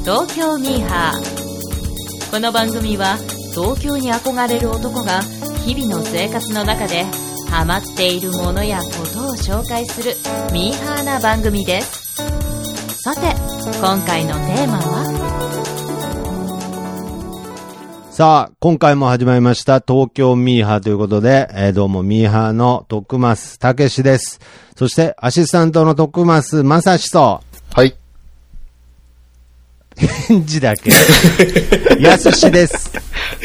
東京ミーハー。この番組は東京に憧れる男が日々の生活の中でハマっているものやことを紹介するミーハーな番組です。さて、今回のテーマは？ さあ、今回も始まりました東京ミーハーということで、どうもミーハーの徳増たけしです。そしてアシスタントの徳増正史と、 はい。 返事だけやすしです。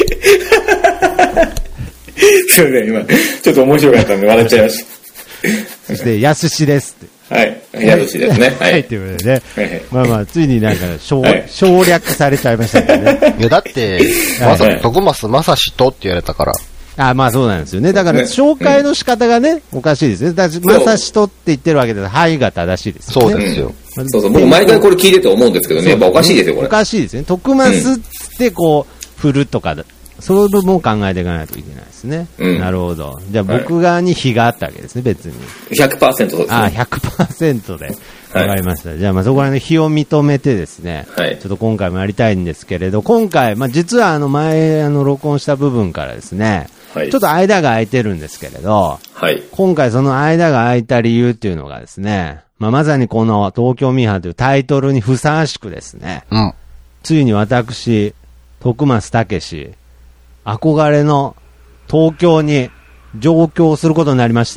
すいません、今ちょっと面白かったんで笑っちゃいました。 そしてやすしですって。 はい、やすしですね。 はい、ということでね、まあまあついになんか省略されちゃいましたけどね。 いやだって徳増正史とって言われたから。 あ、まあそうなんですよね。だから紹介の仕方がね、おかしいですね。だから正史とって言ってるわけで、はいが正しいですよね。 そうですよ。 そうそう、僕毎回これ聞いてて思うんですけどね、やっぱおかしいですよこれ。 おかしいですね。徳増ってこう振るとか、そういう部分を考えていかないといけないですね。なるほど。じゃあ僕側に非があったわけですね、別に。 100% そうですね。 あ、100% で。わかりました。じゃあまあそこらの非を認めてですね、ちょっと今回もやりたいんですけれど、今回、まあ実は前録音した部分からですね、ちょっと間が空いてるんですけれど、今回その間が空いた理由っていうのがですね、まあまさにこの東京ミーハーというタイトルにふさわしくですね、ついに私、徳増たけし、憧れの東京に上京することになりました。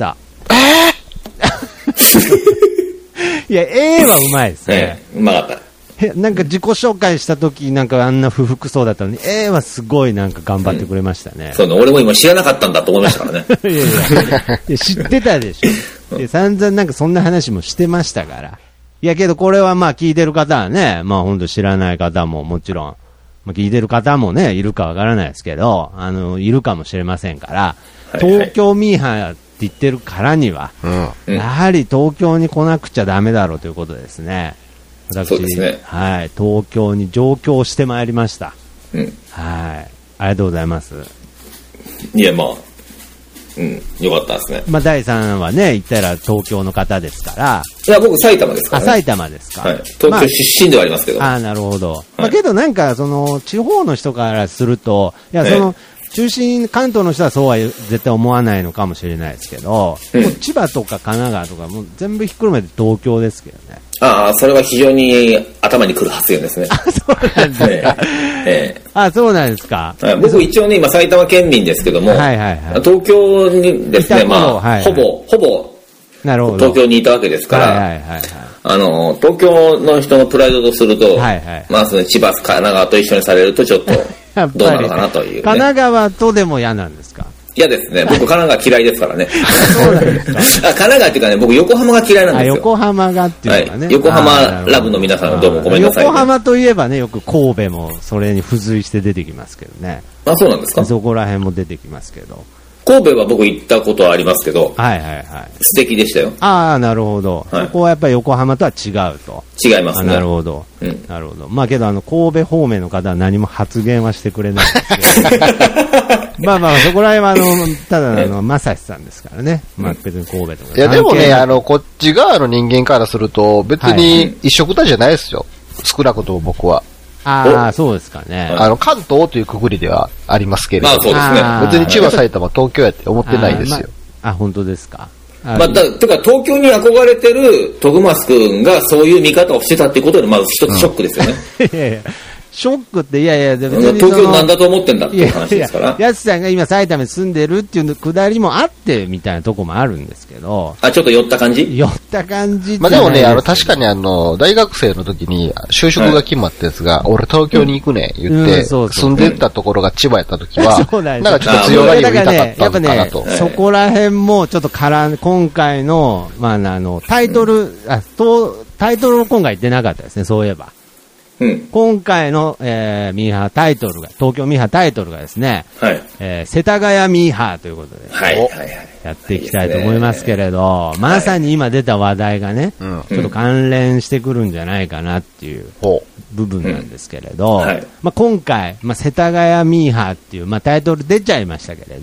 いや、はうまいですね。 うまかった。 なんか自己紹介した時なんかあんな不服そうだったのに、はすごいなんか頑張ってくれましたね。 そうね、俺も今知らなかったんだと思いましたからね。 いや知ってたでしょ。散々なんかそんな話もしてましたから。いやけどこれはまあ聞いてる方はね、まあ本当知らない方ももちろん、まあ、聞いてる方もね、いるかわからないですけど、いるかもしれませんから、東京ミーハーって言ってるからには、やはり東京に来なくちゃダメだろうということですね。私、はい、東京に上京してまいりました。はい、ありがとうございます。 いや、まあ、よかったですね。 まあ、第3はね、言ったら東京の方ですから。 いや、僕埼玉ですからね。 埼玉ですか。 はい。東京出身ではありますけど。 なるほど。まあ、けどなんか、地方の人からすると、いや、中心、関東の人はそうは絶対思わないのかもしれないですけど、もう千葉とか神奈川とか、もう全部ひっくるめて東京ですけどね。 それは非常に頭にくる発言ですね。 そうなんですか。そうなんですか。 僕一応ね、今埼玉県民ですけども、東京にですね、まあ、ほぼ、東京にいたわけですから、東京の人のプライドとすると、まあ、千葉、神奈川と一緒にされるとちょっと、どうなのかなという、ね。 神奈川とでも嫌なんですか？ 嫌ですね。僕神奈川嫌いですからね。 そうなんですか。 神奈川っていうかね、僕横浜が嫌いなんですよ。 横浜がっていうのがね。 横浜ラブの皆さんどうもごめんなさい、ね。 横浜といえばね、よく神戸もそれに付随して出てきますけどね。 そうなんですか？ そこら辺も出てきますけど。 神戸は僕行ったことはありますけど、素敵でしたよ。 なるほど。そこはやっぱり横浜とは違うと。 違いますね。 なるほど。なるほど。まあけど神戸方面の方は何も発言はしてくれないんですけど。まあまあそこら辺はただ正史さんですからね。まあ別に神戸とか。 いやでもね、こっち側の人間からすると別に一緒くたじゃないですよ。少なくとも僕は。 そうですかね。 関東というくくりではありますけれども。 そうですね。 別に千葉、埼玉、東京やって思ってないですよ。 本当ですか。 てか東京に憧れてる徳増くんがそういう見方をしてたってことで、まず一つショックですよね。 いやいや。ショックって、いやいや、 東京なんだと思ってんだっていう話ですから。 やすさんが今埼玉に住んでるっていうくだりもあって、みたいなとこもあるんですけど。 ちょっと寄った感じ？ 寄った感じ。 まあでもね、確かに大学生の時に就職が決まったやつが、俺東京に行くね、言って、住んでたところが千葉やった時は、なんかちょっと強がりを言いたかったのかなと。 そこら辺もちょっと今回の、まあタイトルを今回言ってなかったですね、そういえば。今回の、ミーハータイトルが、東京ミーハータイトルがですね、世田谷ミーハーということで、やっていきたいと思いますけれど、まさに今出た話題がね、ちょっと関連してくるんじゃないかなっていう部分なんですけれど、まあ今回、世田谷ミーハーっていう、タイトル出ちゃいましたけれど、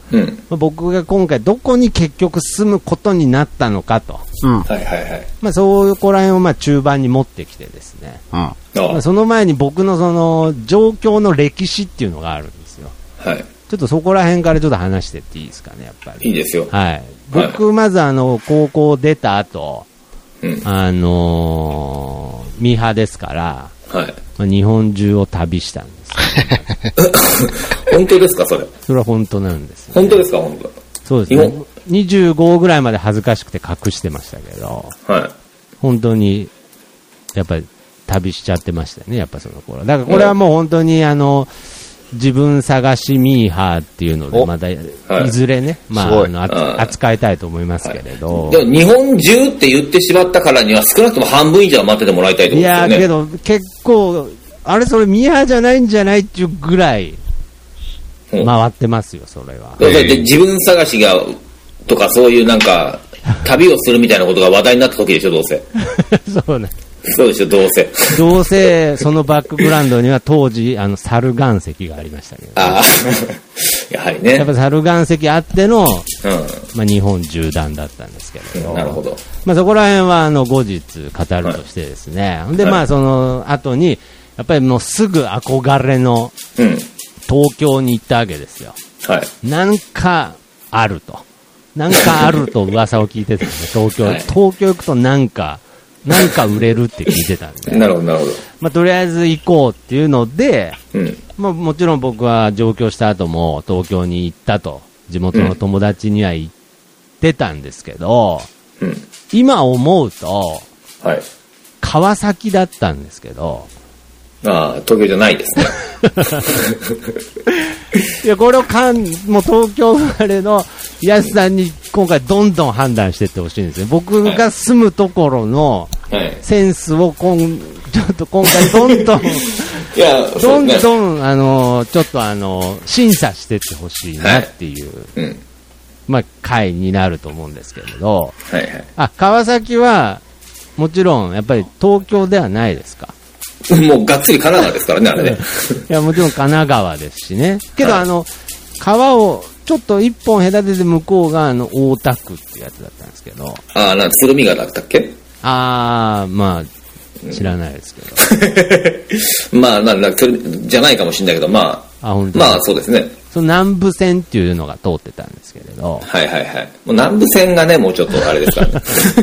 うん、僕が今回どこに結局住むことになったのかと、そこら辺を中盤に持ってきてですね、その前に僕のその状況の歴史っていうのがあるんですよ。はい、ちょっとそこら辺からちょっと話してっていいですかね、やっぱり。 いいですよ。 はい。僕、まず高校出た後、ミーハーですから、日本中を旅したんです。 本当ですか、それ。 それは本当なんです、 本当ですか、本当。 そうですね。25ぐらいまで恥ずかしくて隠してましたけど、本当に、やっぱり旅しちゃってましたよね、やっぱその頃。だからこれはもう本当に自分探しミーハーっていうので、またいずれね、扱いたいと思いますけれど。 でも日本中って言ってしまったからには少なくとも半分以上は待っててもらいたいと思うんですよね。 いやけど結構、あれそれミーハーじゃないんじゃないっていうぐらい回ってますよ、それは。 だって自分探しが、とかそういうなんか、旅をするみたいなことが話題になった時でしょ、どうせ。 そうね。 そうでしょ、どうせ。 どうせ、そのバックグラウンドには当時、猿岩石がありましたけど、ね。 ああ、やはりね。 やっぱ猿岩石あっての、日本縦断だったんですけれど。 なるほど。 そこら辺は、後日語るとしてですね。で、その後に、やっぱりもうすぐ憧れの、東京に行ったわけですよ。なんかあると。なんかあると噂を聞いてたんで、東京行くとなんか売れるって聞いてたんで。 なるほど、なるほど。 とりあえず行こうっていうので、もちろん僕は上京した後も東京に行ったと、地元の友達には言ってたんですけど、今思うと、川崎だったんですけど、 ああ、東京じゃないですね。 いや、これをもう東京生まれの安さんに今回どんどん判断していってほしいんですよ。僕が住むところのセンスをちょっと今回どんどん、ちょっと審査していってほしいなっていう、回になると思うんですけれど、川崎はもちろんやっぱり東京ではないですか？ もうがっつり神奈川ですからね、あれね。 いや、もちろん神奈川ですしね。けど川をちょっと一本隔てて向こうが大田区っていうやつだったんですけど。 ああ、鶴見川だったっけ？ ああ、知らないですけど。 じゃないかもしれないけど、そうですね。 その南武線っていうのが通ってたんですけれど。 もう南武線がね、もうちょっとあれですからね。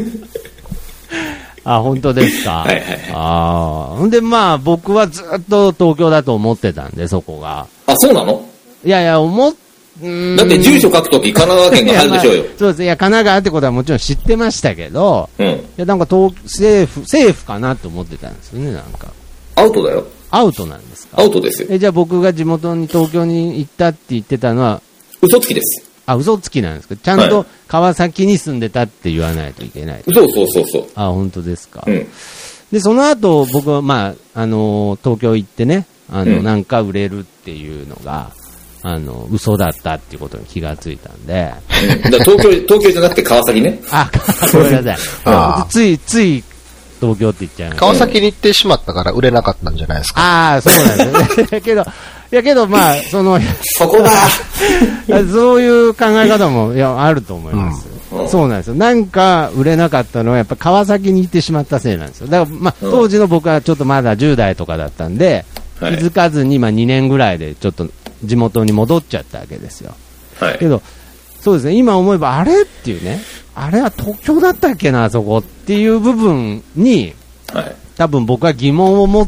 あ、本当ですか。ほんで僕はずっと東京だと思ってたんで、そこが。 あ、そうなの？ いや、 だって住所書くとき神奈川県が入るでしょうよ。 そうです。いや、神奈川ってことはもちろん知ってましたけど、いや、なんか政府かなと思ってたんですよね、なんか。 アウトだよ。 アウトなんですか？ アウトですよ。 じゃあ僕が地元に東京に行ったって言ってたのは、 嘘つきです。 あ、嘘つきなんですか？ちゃんと川崎に住んでたって言わないといけない。 そう。 あ、本当ですか。で、その後、僕は東京行ってね、なんか売れるっていうのが、嘘だったっていうことに気がついたんで。 東京じゃなくて川崎ね。 あ、ごめんなさい。つい、東京って言っちゃいました。 川崎に行ってしまったから売れなかったんじゃないですか。 ああ、そうなんですね。けど、 そこだそういう考え方も、あると思います。そうなんですよ。なんか売れなかったのは、やっぱ川崎に行ってしまったせいなんですよ。だから、当時の僕はちょっとまだ10代とかだったんで、気づかずに、2年ぐらいでちょっと地元に戻っちゃったわけですよ。けど、そうですね、今思えば、あれっていうね、あれは東京だったっけな、あそこっていう部分に、多分僕は疑問を持って、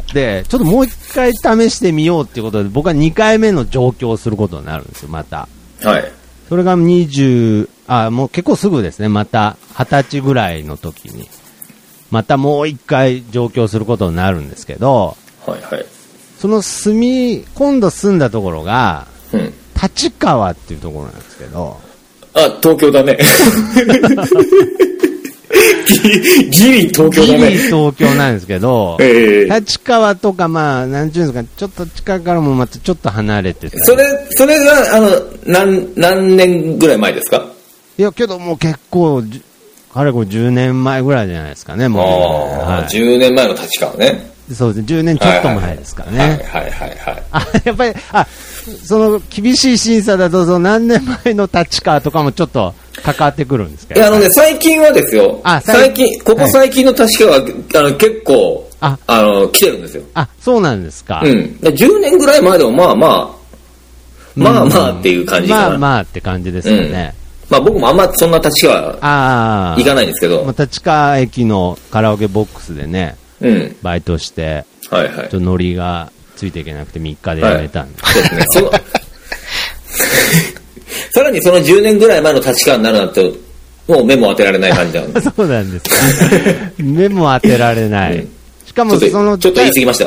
ちょっともう一回試してみようっていうことで、僕は2回目の上京をすることになるんですよ、また。それがもう結構すぐですね、また20歳ぐらいの時に、またもう一回上京することになるんですけど、その今度住んだところが、立川っていうところなんですけど。 あ、東京だね。ギリ東京だね。 ギリ東京なんですけど、立川とかなんていうんですか、ちょっと近くからもまたちょっと離れてて。 それが、何年ぐらい前ですか？ いや、けどもう結構、あれこれ10年前ぐらいじゃないですかね、もう。 10年前の立川ね。 そうですね、10年ちょっと前ですからね。やっぱり、その厳しい審査だと、その何年前の立川とかもちょっと関わってくるんですけど。 いや、最近はですよ。ここ最近の立川は、結構、来てるんですよ。 そうなんですか。 うん。10年ぐらい前でもまあっていう感じかな。 まあって感じですよね。 まあ僕もあんまそんな立川行かないんですけど。 立川駅のカラオケボックスでね、バイトして、ちょっとノリがついていけなくて3日で辞めたんで。そうですね。 さらにその10年ぐらい前の立川になるなと、もう目も当てられない感じなんで。 そうなんですか。目も当てられない。しかもちょっと言い過ぎました。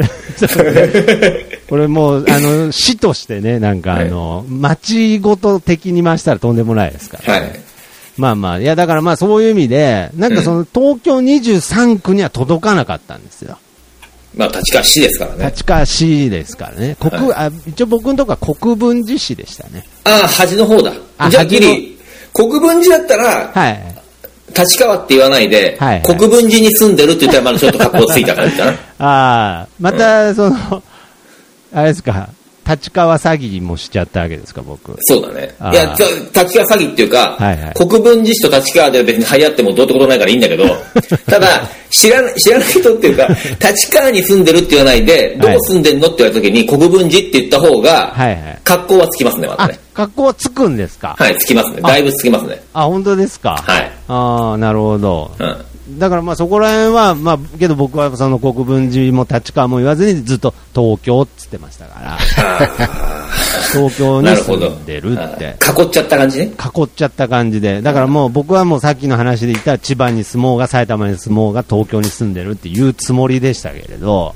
これもう、市としてね、なんか町ごと的に回したらとんでもないですから、ね。いやだからそういう意味で、なんかその東京23区には届かなかったんですよ。 立川市ですからね。 立川市ですからね。一応僕のとこは国分寺市でしたね。 端の方だ。じゃあギリ、国分寺だったら、立川って言わないで、国分寺に住んでるって言ったらまだちょっと格好ついた感じかな。 またその、あれですか、立川詐欺もしちゃったわけですか、僕。 そうだね。いや、立川詐欺っていうか、国分寺市と立川で別に流行ってもどうってことないからいいんだけど、ただ、知らない人っていうか、立川に住んでるって言わないで、どこ住んでんのって言われた時に、国分寺って言った方が、格好はつきますね、またね。 格好はつくんですか？ つきますね。だいぶつきますね。 本当ですか？なるほど。だからそこら辺は、けど僕はその国分寺も立川も言わずにずっと東京って言ってましたから。東京に住んでるって。 囲っちゃった感じね。 囲っちゃった感じで。だからもう僕はもうさっきの話で言った千葉に住もうが埼玉に住もうが東京に住んでるっていうつもりでしたけれど。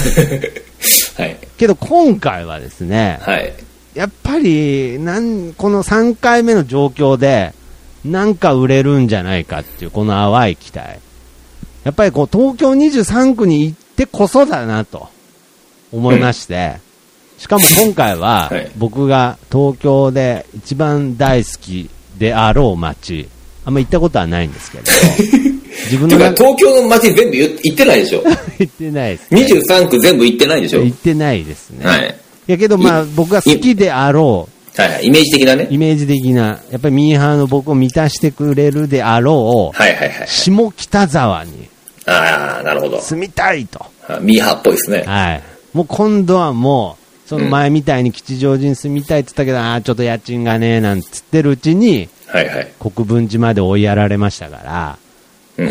けど今回はですね。やっぱりこの3回目の状況でなんか売れるんじゃないかっていうこの淡い期待、やっぱり東京23区に行ってこそだなと思いまして、しかも今回は僕が東京で一番大好きであろう街、あんま行ったことはないんですけれど自分の東京の街全部行ってないでしょ行ってないです、 ね、23区全部行ってないでしょ。 行ってないですね。やけど僕が好きであろう、 イメージ的なね。 イメージ的な、やっぱりミーハーの僕を満たしてくれるであろう、下北沢に、 なるほど。 住みたいと。 ミーハーっぽいですね。 もう今度はもう、その前みたいに吉祥寺に住みたいって言ったけど、ちょっと家賃がね、なんつってるうちに、国分寺まで追いやられましたから、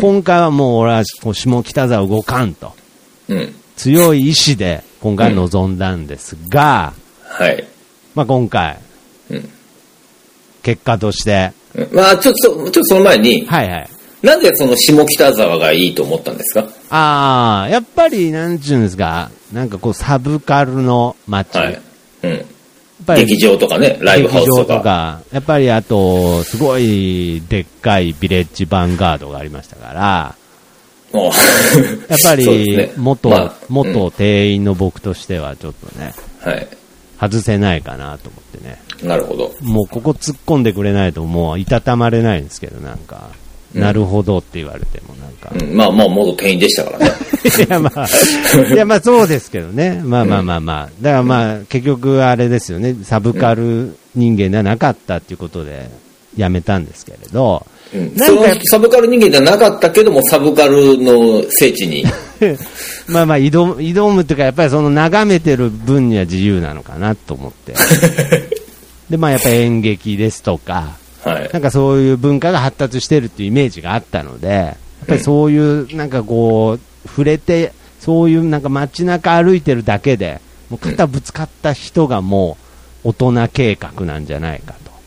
今回はもう俺は下北沢動かんと。強い意志で今回臨んだんですが、今回、結果として、 ちょっとその前に、なんでその下北沢がいいと思ったんですか？ やっぱりなんちゅうんですか、なんかサブカルの街、 劇場とかね、ライブハウスとか、 やっぱりあとすごいでっかいビレッジヴァンガードがありましたから。やっぱり元店員の僕としてはちょっとね、外せないかなと思ってね。 なるほど。 もうここ突っ込んでくれないともういたたまれないんですけど、なんか、なるほどって言われてもなんか、 元店員でしたからね。 いやそうですけどね。だから結局あれですよね、サブカル人間ではなかったっていうことでやめたんですけれど。 そのサブカル人間じゃなかったけども、サブカルの聖地に挑むっていうか、やっぱりその眺めてる分には自由なのかなと思ってでやっぱり演劇ですとか、なんかそういう文化が発達してるっていうイメージがあったので、やっぱりそういうなんか触れて、そういうなんか街中歩いてるだけでもう肩ぶつかった人がもう大人計画なんじゃないかと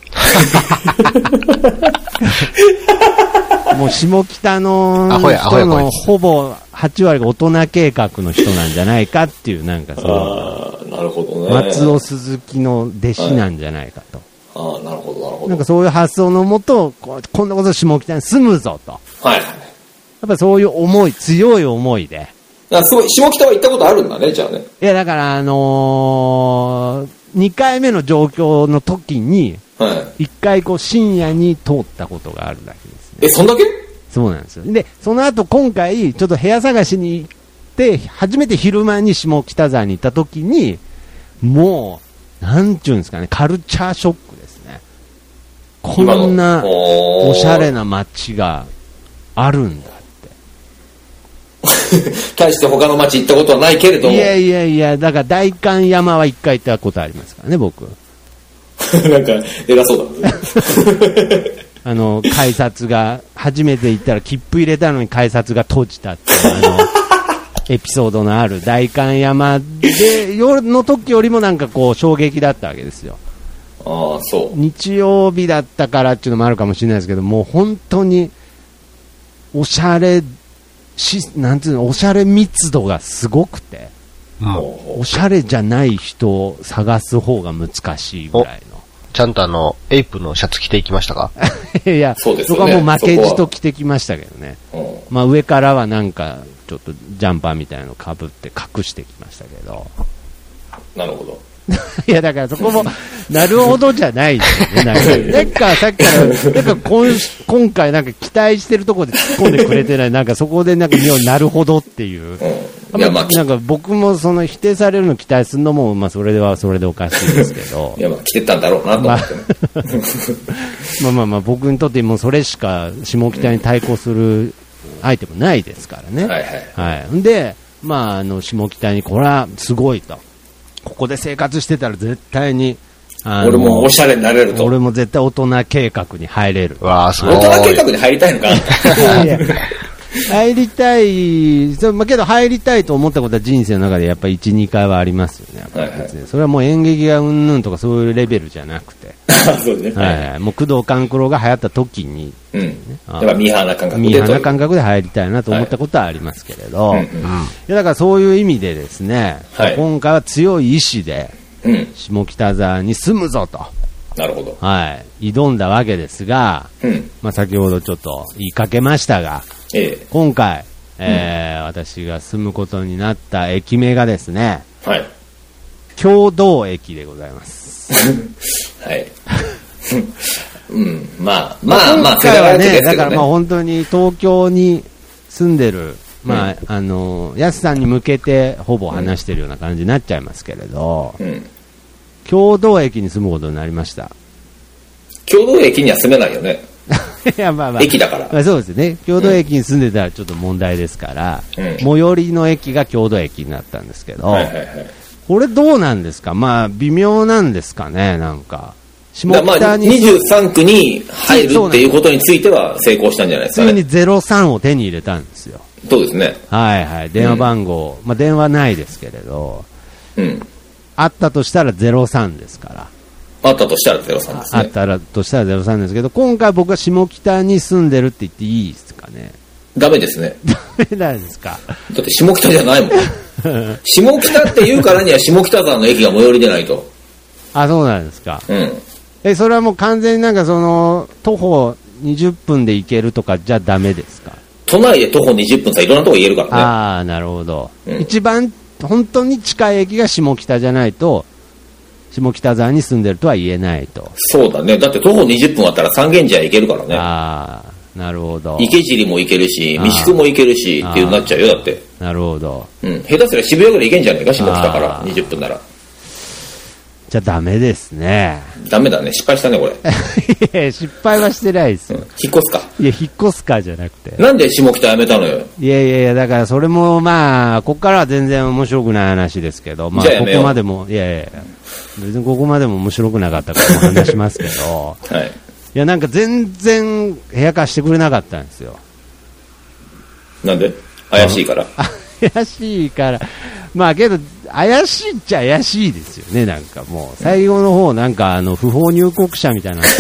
もう下北の人のほぼ8割が大人計画の人なんじゃないかっていう、なんかなるほどね、 松尾鈴木の弟子なんじゃないかと。 なるほどなるほど。 なんかそういう発想のもと、こんなこと下北に住むぞと。やっぱそういう思い、強い思いで。 すごい、下北は行ったことあるんだね、じゃあね。 いやだから2回目の状況の時に、1回深夜に通ったことがあるだけですね。 そんだけ？ そうなんですよ。で、その後今回、ちょっと部屋探しに 、初めて昼間に下北沢に行った時に、もう、なんちゅうんですかね、カルチャーショックですね。こんなおしゃれな街があるんだって。 大して他の街行ったことはないけれども。 いや、だから代官山は一回行ったことありますからね、僕。 なんか、偉そうだ。 改札が、初めて行ったら切符入れたのに改札が閉じたっていう、エピソードのある代官山で、夜の時よりもなんかこう、衝撃だったわけですよ。 ああ、そう。 日曜日だったからっていうのもあるかもしれないですけど、もう本当に、おしゃれ、なんていうの、おしゃれ密度がすごくて、おしゃれじゃない人を探す方が難しいぐらいの。 ちゃんとエイプのシャツ着ていきましたか？ いや、そうですよね、そこはもう負けじと着てきましたけどね。まあ上からはなんか、ちょっとジャンパーみたいなの被って隠してきましたけど。 なるほど。 いや、だからそこも、なるほどじゃないですよね。なんかさっきから、なんか今回なんか期待してるところで突っ込んでくれてない、なんかそこでなんかなるほどっていう。なんか僕もその否定されるの期待するのも、まあそれではそれでおかしいですけど。 いや、まあ来てたんだろうなと思って、 まあ僕にとってもうそれしか下北に対抗するアイテムないですからね。はい。で、まあ下北にこれはすごいと。ここで生活してたら絶対に、 俺もおしゃれになれると。 俺も絶対大人計画に入れる。 わあ、すごい。 大人計画に入りたいのか入りたい、まあ、けど入りたいと思ったことは人生の中でやっぱり1、2回はありますよね。それはもう演劇がうんぬんとかそういうレベルじゃなくて。 そうですね。 もう工藤官九郎が流行った時に、 だからミーハーな感覚で。 ミーハーな感覚で入りたいなと思ったことはありますけれど、だからそういう意味でですね、今回は強い意志で、下北沢に住むぞと。 なるほど。 挑んだわけですが、まあ先ほどちょっと言いかけましたが、今回、私が住むことになった駅名がですね、共同駅でございます。 はい。まあ、 今回はね、だからまあ本当に東京に住んでる、まあ、やすさんに向けてほぼ話してるような感じになっちゃいますけれど、共同駅に住むことになりました。 共同駅には住めないよね。 いやまあ駅だから。 まあ、そうですね。共同駅に住んでたらちょっと問題ですから、最寄りの駅が共同駅になったんですけど、これどうなんですか？まあ微妙なんですかね、なんか。 下北に23区に入るっていうことについては成功したんじゃないですかね。 ついに03を手に入れたんですよ。 そうですね。 電話番号、まあ電話ないですけれど、あったとしたら03ですから。 あったとしたら03ですね。 あったとしたら03ですけど、今回僕は下北に住んでるって言っていいですかね。 ダメですね。 ダメなんですか。 だって下北じゃないもん。下北って言うからには下北沢の駅が最寄りでないと。 あ、そうなんですか。それはもう完全になんかその、徒歩20分で行けるとかじゃダメですか。 都内で徒歩20分さ、いろんなとこ行けるからね。 ああ、なるほど。一番本当に近い駅が下北じゃないと、下北沢に住んでるとは言えないと。 そうだね。だって徒歩20分あったら三軒茶屋行けるからね。 ああ、なるほど。 池尻も行けるし、三宿も行けるしっていうなっちゃうよ、だって。 なるほど。 下手すりゃ渋谷ぐらい行けんじゃないか、下北から20分なら。 じゃあダメですね。 ダメだね。失敗したね、これ。いや、失敗はしてないですよ。 引っ越すか。 いや、引っ越すかじゃなくて。 なんで下北やめたのよ。 いや、だからそれもまあ、ここからは全然面白くない話ですけど、まあ、ここまでも、いや、別にここまでも面白くなかったからお話しますけど、いや、なんか全然部屋貸してくれなかったんですよ。 なんで？怪しいから。 怪しいから。まあけど、怪しいっちゃ怪しいですよね、なんかもう。最後の方、なんか不法入国者みたいな。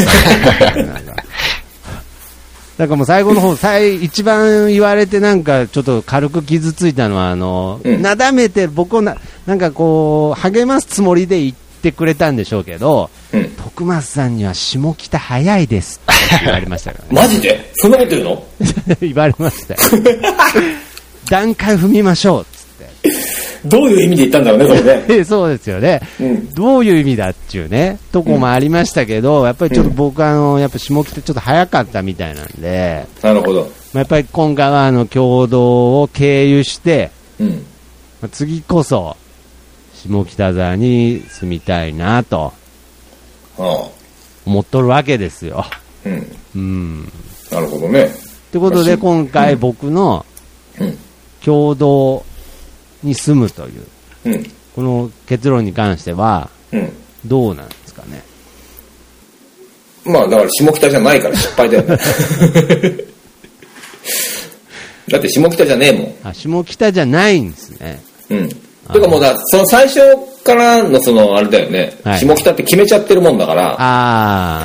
なんかもう最後の方、一番言われてなんかちょっと軽く傷ついたのは、なだめて僕をなんかこう、励ますつもりで言ってくれたんでしょうけど、徳松さんには下北早いですって言われましたからね。 マジで？そんなこと言うの？ 言われましたよ。段階踏みましょうっつって。 どういう意味で言ったんだろうね、それね。 そうですよね、どういう意味だっていうね、とこもありましたけど、やっぱりちょっと僕はやっぱ下北ちょっと早かったみたいなんで、 なるほど。 やっぱり今回は共同を経由して、 次こそ下北沢に住みたいなと思っとるわけですよ。 なるほどね。 ということで今回僕の共同に住むという、この結論に関してはどうなんですかね。 まあだから下北じゃないから失敗だよね。だって下北じゃねえもん。 下北じゃないんですね。 てかもうその最初からのそのあれだよね、下北って決めちゃってるもんだから、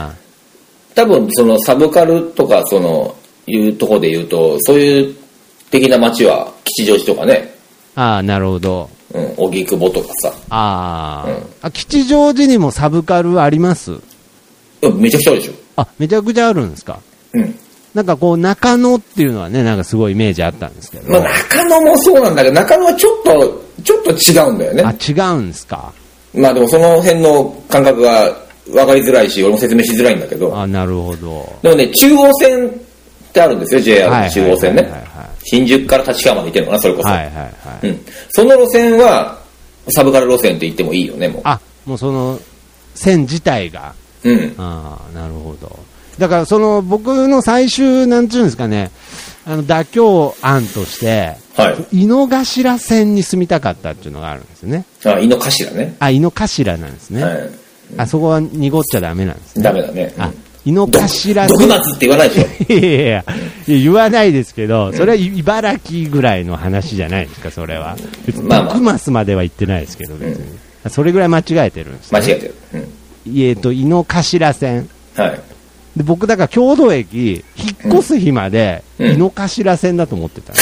多分そのサブカルとかそのいうところで言うとそういう的な街は吉祥寺とかね。 なるほど。 荻窪とかさ。 吉祥寺にもサブカルあります？ めちゃくちゃあるでしょ。 めちゃくちゃあるんですか。なんかこう中野っていうのはね、なんかすごいイメージあったんですけど。 中野もそうなんだけど、中野はちょっと違うんだよね。 違うんですか。 でもその辺の感覚が分かりづらいし、俺も説明しづらいんだけど。 なるほど。 でもね、中央線ってあるんですよ、JR の中央線ね。新宿から立川まで行ってるのかな、それこそ。その路線はサブカル路線って言ってもいいよね、もう。 もうその線自体が。なるほど。だからその僕の最終なんていうんですかね、妥協案として、井の頭線に住みたかったっていうのがあるんですよね。 井の頭ね。 井の頭なんですね。そこは濁っちゃダメなんですね。 ダメだね。 井の頭線。 毒松って言わないでしょ。 いや言わないですけど、それは茨城ぐらいの話じゃないですか、それは。毒松までは言ってないですけど、別に。それぐらい間違えてるんですね。 間違えてる。 井の頭線。で僕だから郷土駅引っ越す日まで井の頭線だと思ってた、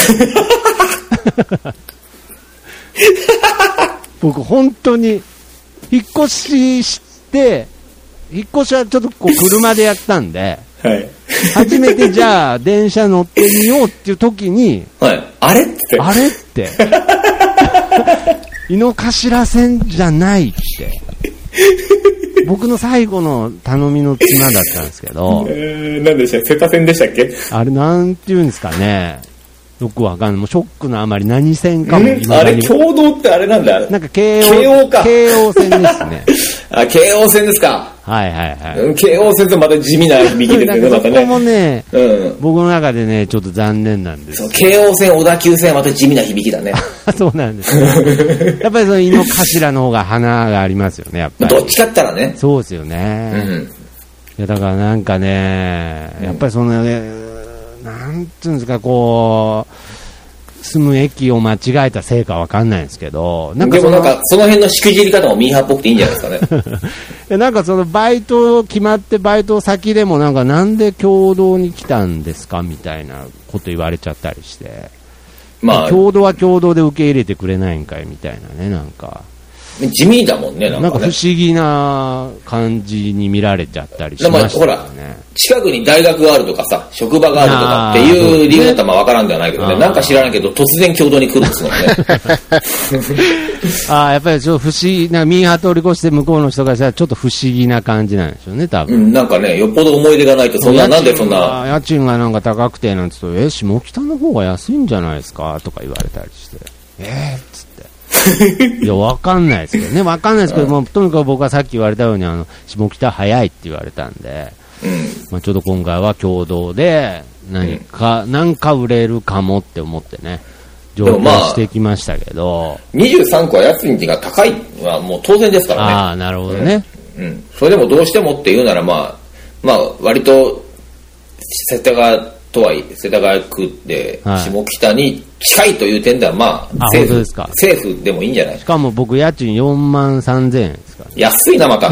僕本当に引っ越しして引っ越しはちょっとこう車でやったんで、初めてじゃあ電車乗ってみようっていう時に、 あれって井の頭線じゃないって僕の最後の頼みの綱だったんですけど。 何でしたっけ？瀬田線でしたっけ？ あれなんていうんですかね。よくわかんない。もうショックのあまり何線かも今あれ共同ってあれなんだ。 なんか京王か。京王線ですね。 京王線ですか。京王線とまた地味な響きですよね。 そこもね、僕の中でねちょっと残念なんです。 京王線小田急線はまた地味な響きだね。 そうなんですね。やっぱりその井の頭の方が花がありますよね。やっぱりどっちかったらね。 そうですよね。いやだからなんかね、やっぱりそのなんていうんですか、こう住む駅を間違えたせいかわかんないんですけど、 でもなんかその辺のしくじり方もミーハーっぽくていいんじゃないですかね。 なんかそのバイト決まってバイト先でもなんで共同に来たんですかみたいなこと言われちゃったりして、共同は共同で受け入れてくれないんかいみたいなね、なんか地味だもんね、 なんか不思議な感じに見られちゃったりしましたよね。 ほら、近くに大学があるとかさ、職場があるとかっていう理由だったらわからんではないけどね、なんか知らないけど突然共同に来るんですもんね。 やっぱりちょっと不思議な、ミーハー通り越して向こうの人がしたらちょっと不思議な感じなんでしょうね、多分。 なんかね、よっぽど思い出がないと、なんでそんな。 家賃がなんか高くてなんて言うと、下北の方が安いんじゃないですかとか言われたりして。つって。いや、わかんないですけどね。わかんないですけども、とにかく僕はさっき言われたように、下北早いって言われたんで、ちょっと今回は共同で、なんか売れるかもって思ってね、上京してきましたけど。 23区は家賃が高いのはもう当然ですからね。 なるほどね。 それでもどうしてもって言うなら、割と、世田谷区で下北に近いという点ではセーフでもいいんじゃない。 しかも僕家賃43,000円ですから、ね、 安いなまた。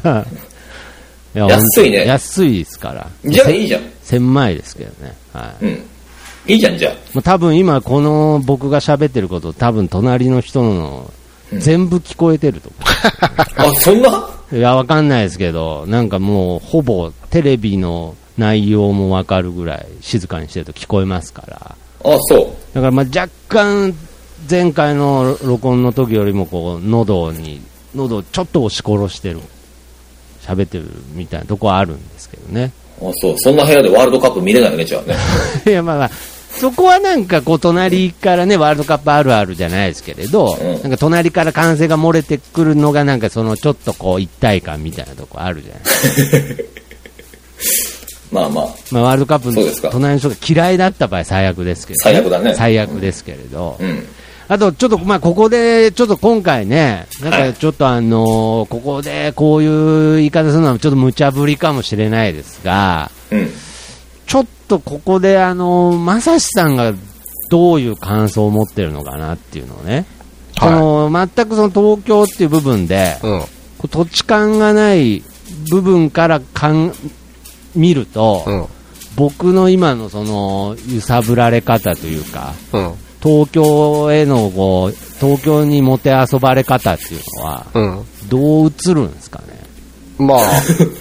安いね。 安いですから。 じゃあいいじゃん。 狭いですけどね。 いいじゃんじゃあ。 多分今この僕が喋ってること多分隣の人の全部聞こえてると思う。 そんな？ いやわかんないですけど、なんかもうほぼテレビの内容も分かるぐらい静かにしてると聞こえますから。 そうだから若干前回の録音の時よりもこう喉をちょっと押し殺してる喋ってるみたいなとこはあるんですけどね。 そんな部屋でワールドカップ見れないよね、じゃあね。 いやそこはなんかこう隣からね、ワールドカップあるあるじゃないですけれど、なんか隣から歓声が漏れてくるのがなんかそのちょっとこう一体感みたいなとこあるじゃないですか。 まあ、ワールドカップの隣の人が嫌いだった場合最悪ですけど、 最悪だね。 最悪ですけれど。あと、ちょっと、ここで、ちょっと今回ね、なんかちょっとここでこういう言い方するのはちょっと無茶ぶりかもしれないですが、ちょっとここでまさしさんがどういう感想を持ってるのかなっていうのをね、全くその東京っていう部分で、土地勘がない部分から見ると、僕の今のその揺さぶられ方というか、東京にもてあそばれ方っていうのは、どう映るんですかね。 まあ、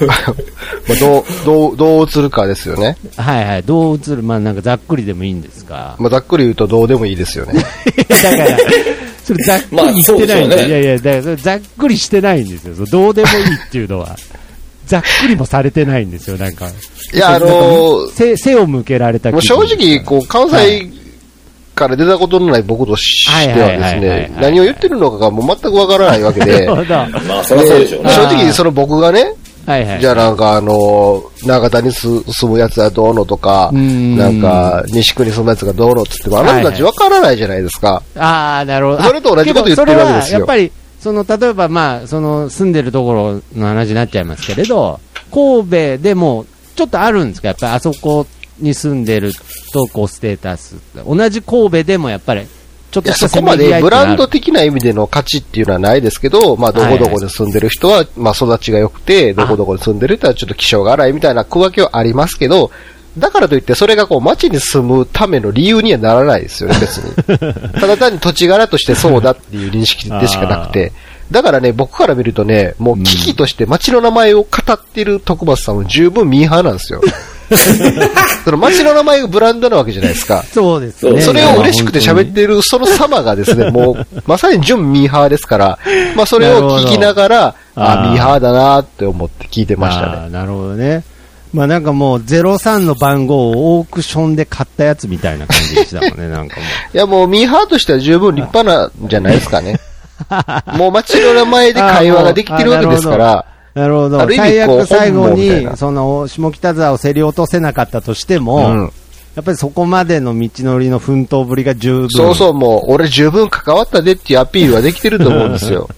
どう映るかですよね。 はいはい、どう映る、なんかざっくりでもいいんですが。 ざっくり言うとどうでもいいですよね。 だから、それざっくりしてないんですよ。いやいや、だからそれざっくりしてないんですよ。どうでもいいっていうのは。ざっくりもされてないんですよ、なんか。 いや、 背を向けられた気分。 正直、関西から出たことのない僕としてはですね、何を言ってるのかがもう全くわからないわけで。 まあ、そりゃそうでしょうね。 正直、その僕がね、じゃあなんか長田に住むやつはどうのとか、なんか西区に住むやつがどうのって言っても、あなたたちわからないじゃないですか。 ああ、なるほど。 それと同じこと言ってるわけですよ。 やっぱり、例えば住んでるところの話になっちゃいますけれど、神戸でもちょっとあるんですか、やっぱりあそこに住んでるとステータス。同じ神戸でもやっぱり、ちょっとしたそこまでブランド的な意味での価値っていうのはないですけど、どこどこで住んでる人は、育ちが良くて、どこどこで住んでる人はちょっと気性が荒いみたいな区分けはありますけど、だからといってそれが街に住むための理由にはならないですよね、別に。ただ単に土地柄としてそうだっていう認識でしかなくて。だからね、僕から見るとね、もう危機として街の名前を語ってる徳松さんは十分ミーハーなんですよ。その街の名前がブランドなわけじゃないですか。 そうですね。 それを嬉しくて喋ってるその様がですね、もうまさに純ミーハーですから、それを聞きながら、ミーハーだなって思って聞いてましたね。 なるほどね。なんかもう03の番号をオークションで買ったやつみたいな感じでしたもんね、なんかもう。 いやもうミーハーとしては十分立派なんじゃないですかね。もう街の名前で会話ができてるわけですから。 なるほど。最悪最後に、下北沢を競り落とせなかったとしても、やっぱりそこまでの道のりの奮闘ぶりが十分。 そうそう、もう俺十分関わったでっていうアピールはできてると思うんですよ。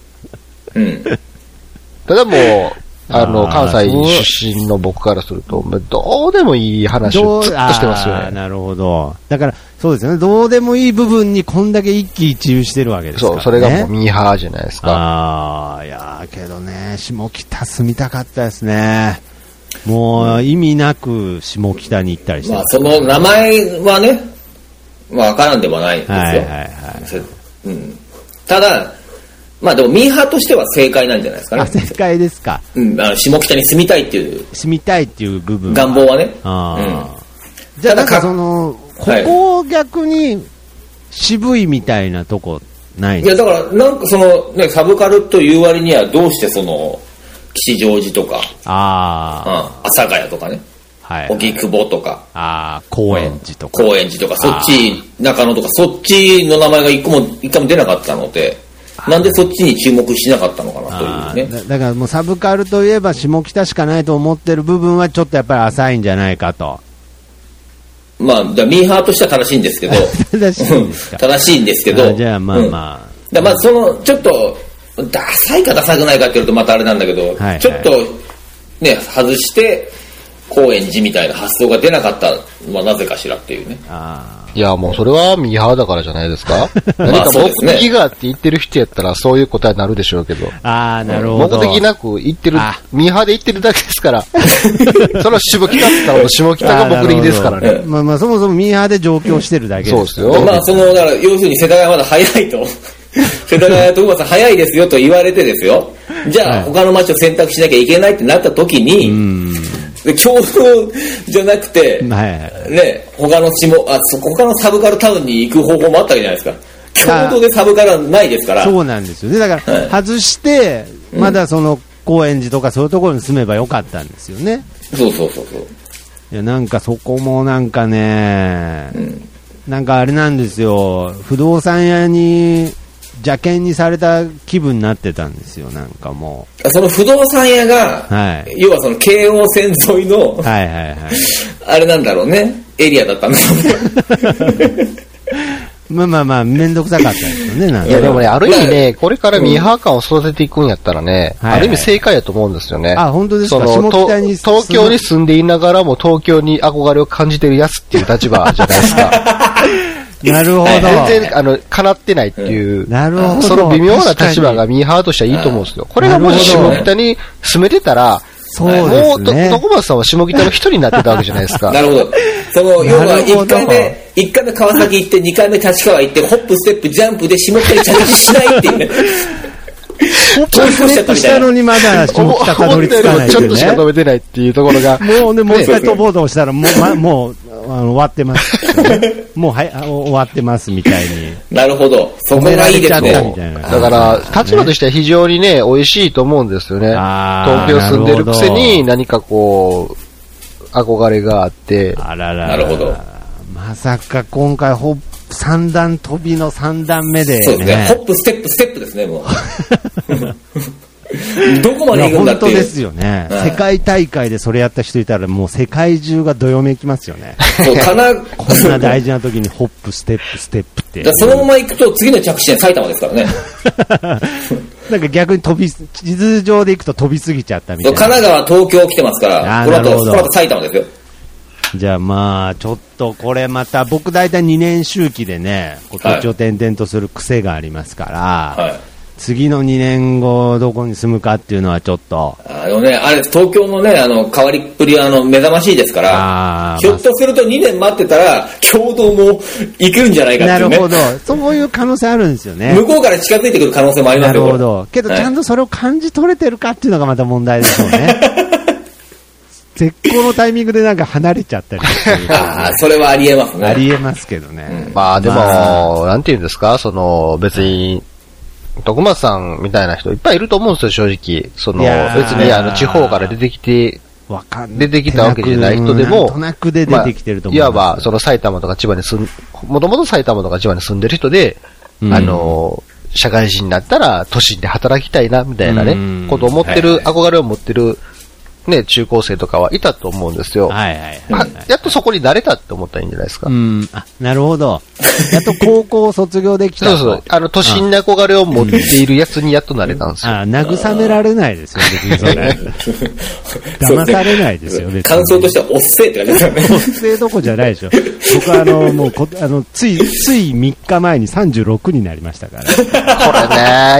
ただもう、関西出身の僕からすると、どうでもいい話をずっとしてますよね。 なるほど。だから、そうですよね。どうでもいい部分にこんだけ一喜一憂してるわけですからね。 そう、それがもうミーハーじゃないですか。 いやけどね、下北住みたかったですね。もう、意味なく下北に行ったりして。 その名前はね、わからんでもないですよ。ただ、でもミーハーとしては正解なんじゃないですかね。 正解ですか。 下北に住みたいっていう。 住みたいっていう部分。 願望はね。 じゃあなんかここ逆に渋いみたいなとこないんですか。 いやだからなんかね、サブカルという割にはどうして吉祥寺とか、阿佐ヶ谷とかね、荻窪とか、 高円寺とか、 そっち中野とかそっちの名前が一回も出なかったので。なんでそっちに注目しなかったのかなというね。 だからもうサブカルといえば下北しかないと思ってる部分はちょっとやっぱり浅いんじゃないかと。 ミーハーとしては正しいんですけど。正しいんですけど。 じゃあちょっと、ダサいかダサくないかって言うとまたあれなんだけど、ちょっとね、外して、高円寺みたいな発想が出なかったのはなぜかしらっていうね。 いや、もうそれはミーハーだからじゃないですか。何か目的があって言ってる人やったらそういう答えになるでしょうけど。 なるほど。 目的なく言ってる、ミーハーで言ってるだけですから。その下北って言ったら下北が目的ですからね。 そもそもミーハーで上京してるだけです。 そうですよ。 だから要するに世田谷まだ早いと。世田谷とさん早いですよと言われてですよ。じゃあ他の街を選択しなきゃいけないってなった時に、共同じゃなくて、ね、他のサブカルタウンに行く方法もあったわけじゃないですか。共同でサブカルはないですから。 そうなんですよね。だから、外して、まだ高円寺とかそういうところに住めばよかったんですよね。 そう。 いや、なんかそこもなんかね、 なんかあれなんですよ、不動産屋に邪険にされた気分になってたんですよ、なんかもう。その不動産屋が、はい、要はその京王線沿いの、 はいはいはい、 あれなんだろうね、エリアだったんですよね。 まあ、めんどくさかったですよね、なんか。 いや、でもね、ある意味ね、これからミーハー感を育てていくんやったらね、ある意味正解やと思うんですよね。 あ、本当ですか。 東京に住んでいながらも東京に憧れを感じてるやつっていう立場じゃないですか。 なるほど。 全然、叶ってないっていう、 なるほど。 その微妙な立場がミーハーとしてはいいと思うんですよ。これがもし下北に住めてたら、 そうですね。 もう、徳松さんは下北の一人になってたわけじゃないですか。 なるほど。その、要は1回目川崎行って、2回目立川行って、ホップ、ステップ、ジャンプで下北に着地しないっていうね。 ホップステップしたのにまだ下北たどり着かないっていうね。 ちょっとしか飛べてないっていうところが。 もうね、もう一回飛ぼうとしたら、もう、終わってます。もう終わってますみたいに。 なるほど。そこがいいですね。 だから、立場としては非常にね、美味しいと思うんですよね。東京住んでるくせに何かこう、憧れがあって。 なるほど。 まさか今回3段飛びの3段目で、ね。 そうですね。ホップ、ステップ、ステップですね、もう。どこまで行くんだっていう。 本当ですよね、世界大会でそれやった人いたらもう世界中がどよめきますよね。 そうこんな大事な時にホップステップステップって。 そのまま行くと次の着地点埼玉ですからね。 なんか逆に地図上で行くと飛びすぎちゃったみたいな。 神奈川、東京来てますから、この後埼玉ですよ。 じゃあまあちょっとこれまた僕大体2年周期でね、土地を転々とする癖がありますから、はい、次の2年後どこに住むかっていうのはちょっとね、あれ東京のね変わりっぷりは目覚ましいですから、ひょっとすると2年待ってたら共同も行けるんじゃないかっていうね。 なるほど、そういう可能性あるんですよね。 向こうから近づいてくる可能性もありますよ。 なるほど。けどちゃんとそれを感じ取れてるかっていうのがまた問題でしょうね。絶好のタイミングでなんか離れちゃったりとか、ね。 ああ、それはありえますね。 ありえますけどね。 まあでも、なんていうんですか、別に、徳松さんみたいな人いっぱいいると思うんですよ、正直。別に地方から出てきたわけじゃない人でも、 なんとなくで出てきてると思いわば、埼玉とか千葉にもともと埼玉とか千葉に住んでる人で、社会人になったら都心で働きたいな、みたいなね、ことを思ってる、憧れを持ってる、ね、中高生とかはいたと思うんですよ。やっとそこに慣れたって思ったらいいんじゃないですか。 なるほど。やっと高校を卒業できた。 そう。都心に憧れを持っているやつにやっと慣れたんですよ。 慰められないですよ、別にそれ。騙されないですよ、別に。 感想としては、おっせーって感じですよね。 おっせーどこじゃないでしょ。僕もう、つい3日前に36になりましたから。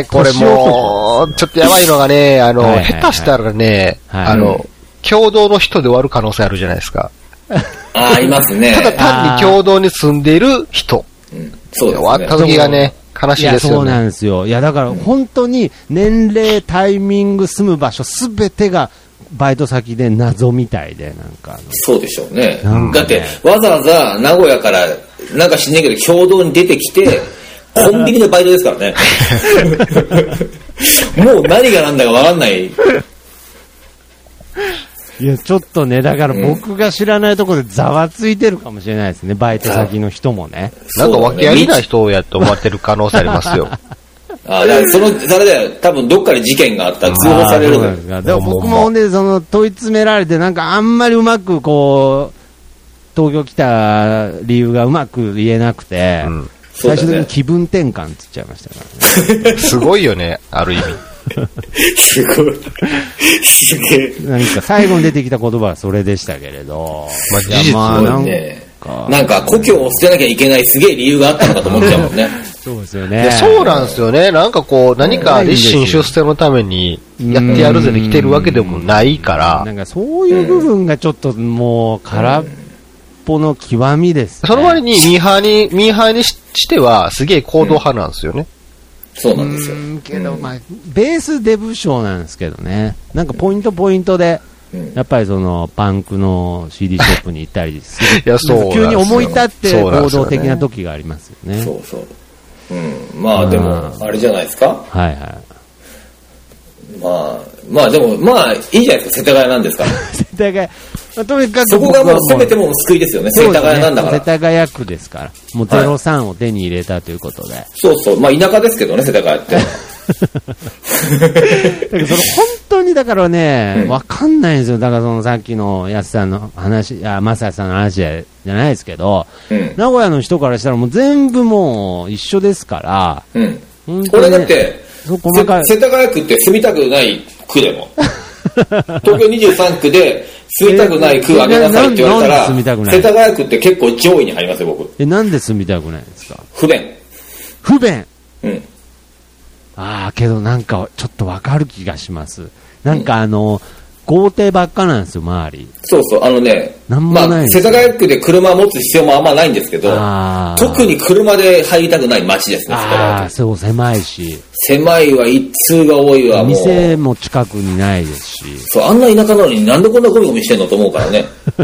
これもう、ちょっとやばいのがね、下手したらね、共同の人で終わる可能性あるじゃないですか。 ありますね。 ただ単に共同に住んでいる人。 そうですね。 終わった時がね、悲しいですよね。 そうなんですよ。いや、だから本当に年齢、タイミング、住む場所、すべてがバイト先で謎みたいで、なんか。 そうでしょうね。だって、わざわざ名古屋から、なんか知んないけど、共同に出てきて、コンビニのバイトですからね。もう何が何だか分かんない。 いや、ちょっとね、だから僕が知らないところでざわついてるかもしれないですね、バイト先の人もね。 なんか訳ありな人やと思ってる可能性ありますよ。 だからそれで多分どっかで事件があったら通報されるんだよ。僕もね、問い詰められて、なんかあんまりうまく東京来た理由がうまく言えなくて、最終的に気分転換って言っちゃいましたからね。 すごいよね、ある意味。 すごい。すげえ。 何か最後に出てきた言葉はそれでしたけれど。 事実はね。 なんか故郷を捨てなきゃいけないすげえ理由があったのかと思っちゃうもんね。 そうですよね。 そうなんですよね。なんか何か立身出世のためにやってやるぜで来てるわけでもないから。 なんかそういう部分がちょっともう空っぽの極みですね。 その割にミーハーにしてはすげえ行動派なんですよね。 そうなんですよ。 けど、ベースデブ賞なんですけどね。なんかポイントで、やっぱりパンクの CD ショップに行ったりする。 いや、そう。 急に思い立って行動的な時がありますよね。 そう。まあでも、あれじゃないですか。 はいはい。 まあでも、いいじゃないですか、世田谷なんですから。 世田谷。 とにかくそこがもうせめても救いですよね。世田谷なんだから。 世田谷区ですから。もう03を手に入れたということで。 そうそう。まあ田舎ですけどね、世田谷って。 だけど本当にだからね、わかんないんですよ。だからそのさっきの安さんの話、正さんの話じゃないですけど、名古屋の人からしたらもう全部もう一緒ですから、 これだって、世田谷区って住みたくない区でも。東京23区で住みたくない区あげなさいって言われたら、世田谷区って結構上位に入りますよ、僕。 なんで住みたくないんですか？ 不便。 不便。けどなんかちょっとわかる気がします。なんか豪邸ばっかなんですよ、周り。 そうそう、世田谷区で車持つ必要もあんまないんですけど、特に車で入りたくない街ですね、 そう、狭いし。 狭いわ、一通が多いわ、もう。 店も近くにないですし。 そう、あんな田舎なのになんでこんなゴミゴミしてんのと思うからね。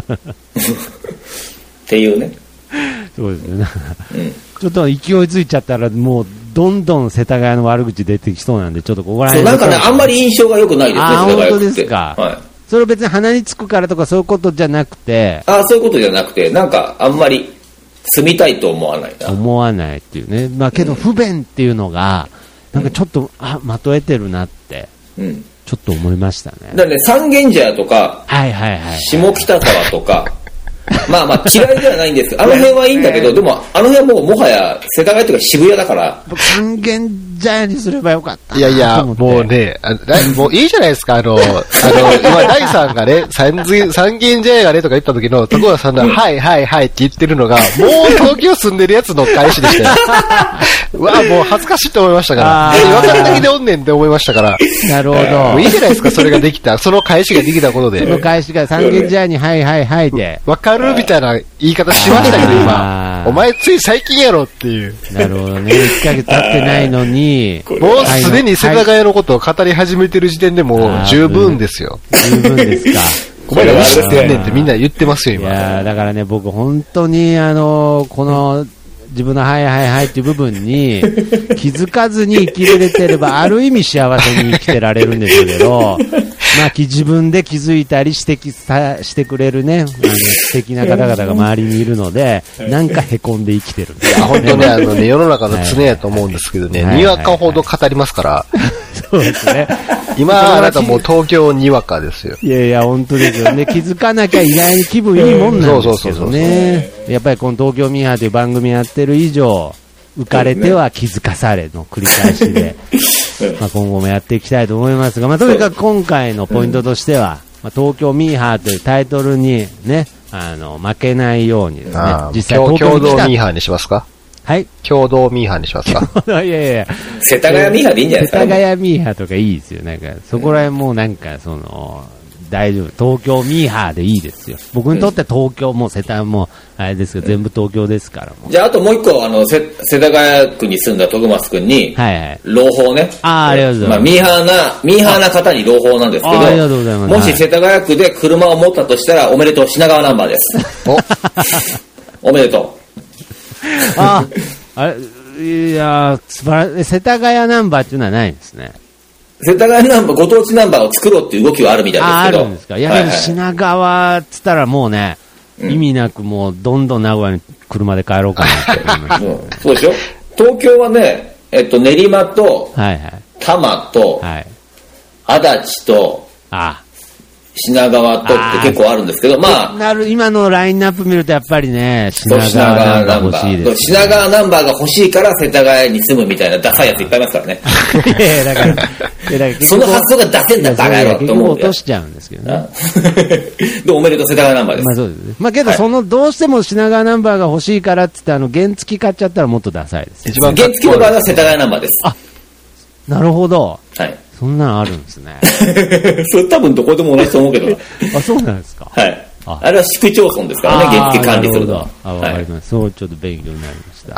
っていうね。 そうですね。ちょっと勢いついちゃったら、もう、どんどん世田谷の悪口出てきそうなんで、ちょっとここら辺。 そう、なんかね、あんまり印象が良くないですね、世田谷って。 本当ですか。はい。それ別に鼻につくからとかそういうことじゃなくて。 そういうことじゃなくて、なんかあんまり住みたいと思わないな。 思わないっていうね。まあけど不便っていうのが、なんかちょっと、まとえてるなって、ちょっと思いましたね。 だからね、三軒茶屋とか、下北沢とか、まあ嫌いではないんですけど、あの辺はいいんだけど、でもあの辺はもはや世田谷というか渋谷だから。 三軒茶屋にすればよかった。 いや、もうね、もういいじゃないですか、今、大さんがね、三軒茶屋がねとか言った時の、徳川さんが、はいって言ってるのが、もう東京住んでるやつの返しでしたよ。うわ、もう恥ずかしいと思いましたから。分かるだけでおんねんって思いましたから。 なるほど。 もういいじゃないですか、それができた。その返しができたことで。 その返しが三軒茶屋に、はいで。 分かるみたいな言い方しましたけど、今。お前つい最近やろっていう。 なるほどね。1ヶ月経ってないのに、 もうすでに世田谷のことを語り始めてる時点でもう十分ですよ。 十分ですか。 お前ら何してんねんってみんな言ってますよ、今。 いやだからね、僕本当にこの、自分のはいっていう部分に気づかずに生きれてれば、ある意味幸せに生きてられるんですけど、まあ自分で気づいたり指摘してくれるね、素敵な方々が周りにいるので、なんか凹んで生きてるんです、 ね。本当ね、世の中の常やと思うんですけどね、にわかほど語りますから。 そうですね。 今、あなたもう東京にわかですよ。 いや、本当ですよね。気づかなきゃ意外に気分いいもんなんですけどね。やっぱりこの東京ミーハーという番組やってる以上、浮かれては気づかされの繰り返しで、まあ今後もやっていきたいと思いますが、まあとにかく今回のポイントとしては、まあ、東京ミーハーというタイトルにね、負けないようにですね、 実際東京共同ミーハーにしますか？ はい。 共同ミーハーにしますか？ いや。 世田谷ミーハーでいいんじゃないですか、 世田谷ミーハーとかいいですよ。なんか、そこら辺もうなんか、大丈夫。東京ミーハーでいいですよ。僕にとって東京も世田谷も、あれですけど、全部東京ですからもう。 じゃあ、あともう一個、世田谷区に住んだ徳松くんに、朗報ね。 ありがとうございます。 まあ、ミーハーな方に朗報なんですけど、 ありがとうございます。 もし世田谷区で車を持ったとしたら、おめでとう、品川ナンバーです。おめでとう。 あれ、いや素晴らしい。世田谷ナンバーっていうのはないんですね。 世田谷ナンバー、ご当地ナンバーを作ろうっていう動きはあるみたいですけど。 あるんですか。いや、でも品川っつったらもうね、意味なくもうどんどん名古屋に車で帰ろうかなって思いました、 そうでしょ。東京はね、練馬と、多摩と、足立と、品川とって結構あるんですけど、まあ。 今のラインナップ見るとやっぱりね、品川ナンバー欲しいです、ね。 品川ナンバーが欲しいから世田谷に住むみたいなダサいやついっぱいいますからね。 いやだからその発想が出せんだ、バカ野郎と思う。 落としちゃうんですけどね。 で、おめでとう世田谷ナンバーです。 まあそうですね。まあけどどうしても品川ナンバーが欲しいからって言って原付買っちゃったらもっとダサいです。 原付の場合は世田谷ナンバーです。 なるほど。 はい。 そんなのあるんですね。 それ多分どこでも同じと思うけど。 そうなんですか。 はい。あれは市区町村ですからね、原付管理するのは。 わかります。そうちょっと勉強になりました。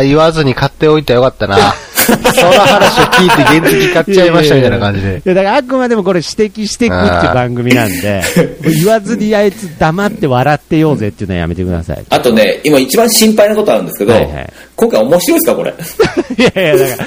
言わずに買っておいたらよかったな。その話を聞いて原付買っちゃいましたみたいな感じで。 いやだからあくまでもこれ指摘していくっていう番組なんで、言わずにあいつ黙って笑ってようぜっていうのはやめてください。 あとね、今一番心配なことあるんですけど、今回面白いですかこれ。 いやだから。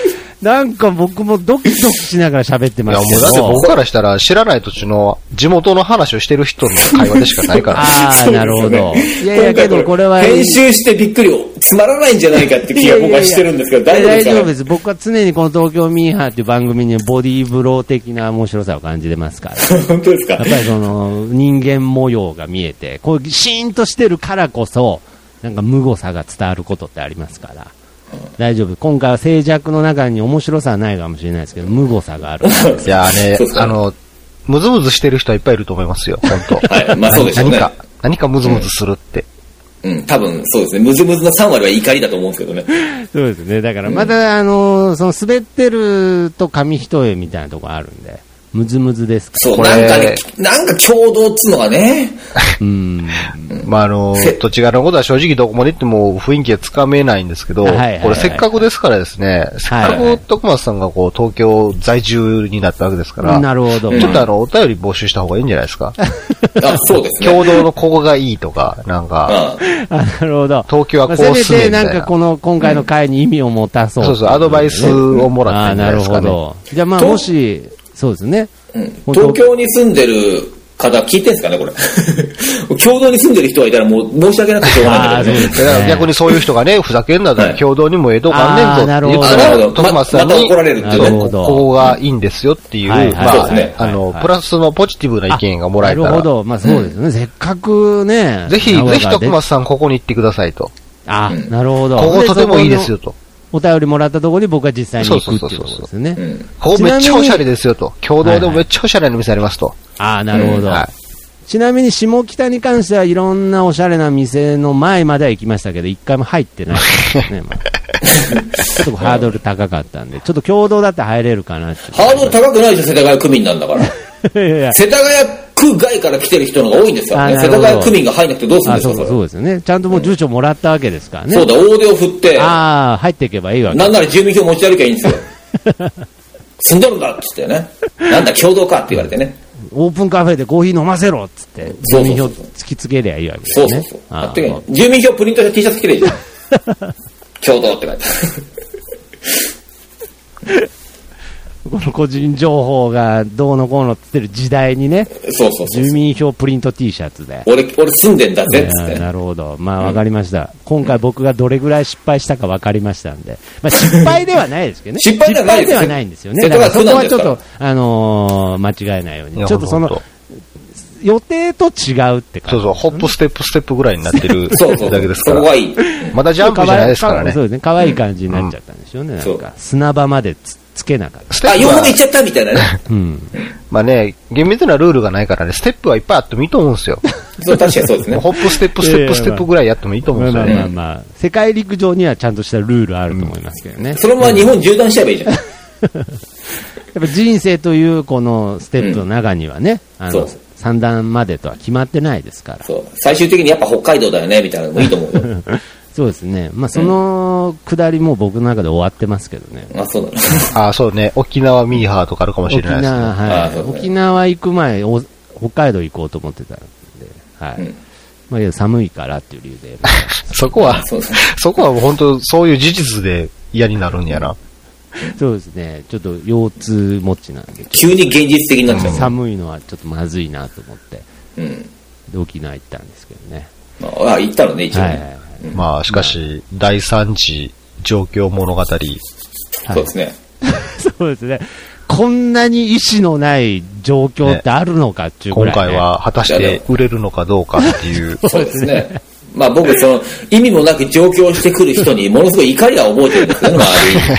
なんか僕もドキドキしながら喋ってましたけど。 いやもうだって僕からしたら知らない土地の地元の話をしてる人の会話でしかないから。 ああ、なるほど。いやいやけどこれは。 編集してびっくりつまらないんじゃないかって気が僕はしてるんですけど、大丈夫です。僕は常にこの東京ミーハーっていう番組にボディーブロー的な面白さを感じてますから。 本当ですか。 やっぱりその人間模様が見えて、こうシーンとしてるからこそ、なんか無誤さが伝わることってありますから。大丈夫。今回は静寂の中に面白さはないかもしれないですけど、無誤さがある。 いやね、ムズムズしてる人はいっぱいいると思いますよ、本当。 はい、まあそうですね。 何かムズムズするって。 多分そうですね。ムズムズの3割は怒りだと思うんですけどね。 そうですね。だからまた、その滑ってると紙一重みたいなところあるんで。ムズムズですか。 そう、なんかね、なんか共同っつうのがね。 まあ土地柄のことは正直どこまで行っても雰囲気はつかめないんですけど、これせっかくですからですね、せっかく徳松さんがこう東京在住になったわけですから、 なるほど。 ちょっとお便り募集した方がいいんじゃないですか。 あ、そうですね。 共同のここがいいとか、なんか、 なるほど。 東京はこうすねみたいな。 せめてなんか今回の会に意味を持たそう。 そうそう、アドバイスをもらってるんじゃないですかね。 なるほど。じゃあまあもし、そうですね。 東京に住んでる方聞いてんすかね、これ。共同に住んでる人がいたらもう申し訳なくてしょうがないんだけどね。 逆にそういう人がね、ふざけんなと共同にもええとこあんねんぞって言ったら、徳松さんに、 また怒られるっていうね。 ここがいいんですよっていう、まあ、プラスのポジティブな意見がもらえたら。 なるほど。まあそうですね。せっかくね。 ぜひ徳松さんここに行ってくださいと。 あ、なるほど。 こことてもいいですよと。 お便りもらったところに僕は実際に行くっていうことですね。 ここめっちゃおしゃれですよと。共同でもめっちゃおしゃれな店ありますと。 ああ、なるほど。ちなみに下北に関してはいろんなおしゃれな店の前までは行きましたけど、一回も入ってないですね。ちょっとハードル高かったんで、ちょっと共同だって入れるかなって。 ハードル高くないでしょ、世田谷区民なんだから。世田谷区外から来てる人のが多いんですよね。世田谷区民が入んなくてどうするんですか。 そうですよね。ちゃんともう住所もらったわけですからね。 そうだ、大手を振って。 ああ、入っていけばいいわけ。 なんなら住民票持ち歩きゃいいんですよ。住んどるんだっつってね。なんだ共同かって言われてね。 オープンカフェでコーヒー飲ませろっつって、住民票突きつけりゃいいわけですね。 そう。住民票プリントした T シャツ着てるじゃん。共同って書いてある。 この個人情報がどうのこうのって言ってる時代にね、住民票プリント T シャツで。 俺住んでんだぜっつって。 なるほど。まあわかりました。今回僕がどれぐらい失敗したかわかりましたんで。まあ失敗ではないですけどね。 失敗ではないんですよね。だからそこはちょっと、間違えないように。ちょっとその、予定と違うって感じ。 そう、ホップステップぐらいになってるだけですから。 そこがいい。 まだジャンプじゃないですからね。 そうですね。可愛い感じになっちゃったんでしょうね。なんか、砂場までつけなかった。 あ、4本で行っちゃったみたいなね。 まあね、厳密なルールがないからね、ステップはいっぱいあってもいいと思うんですよ。 そう、確かにそうですね。 ホップステップぐらいやってもいいと思うんですよね。 まあ、世界陸上にはちゃんとしたルールあると思いますけどね。 そのまま日本縦断しちゃえばいいじゃん。やっぱ人生というこのステップの中にはね、三段までとは決まってないですから。 そう。最終的にやっぱ北海道だよね、みたいなのもいいと思うよ。 そうですね。まあ、その下りも僕の中で終わってますけどね。 あ、そうだね。 あ、そうね。沖縄ミーハーとかあるかもしれないですね。 はい。沖縄行く前、北海道行こうと思ってたんで、はい。まあ、寒いからっていう理由で。 そこは本当そういう事実で嫌になるんやな。 そうですね。ちょっと腰痛持ちなんで。 急に現実的になっちゃう。 寒いのはちょっとまずいなと思って。で、沖縄行ったんですけどね。 あ、行ったのね、一応。 まあ、しかし、第3次状況物語。そうですね。 そうですね。こんなに意志のない状況ってあるのかっていうぐらい、 今回は果たして売れるのかどうかっていう。 そうですね。まあ僕、意味もなく上京してくる人にものすごい怒りが覚えてるんですけどね、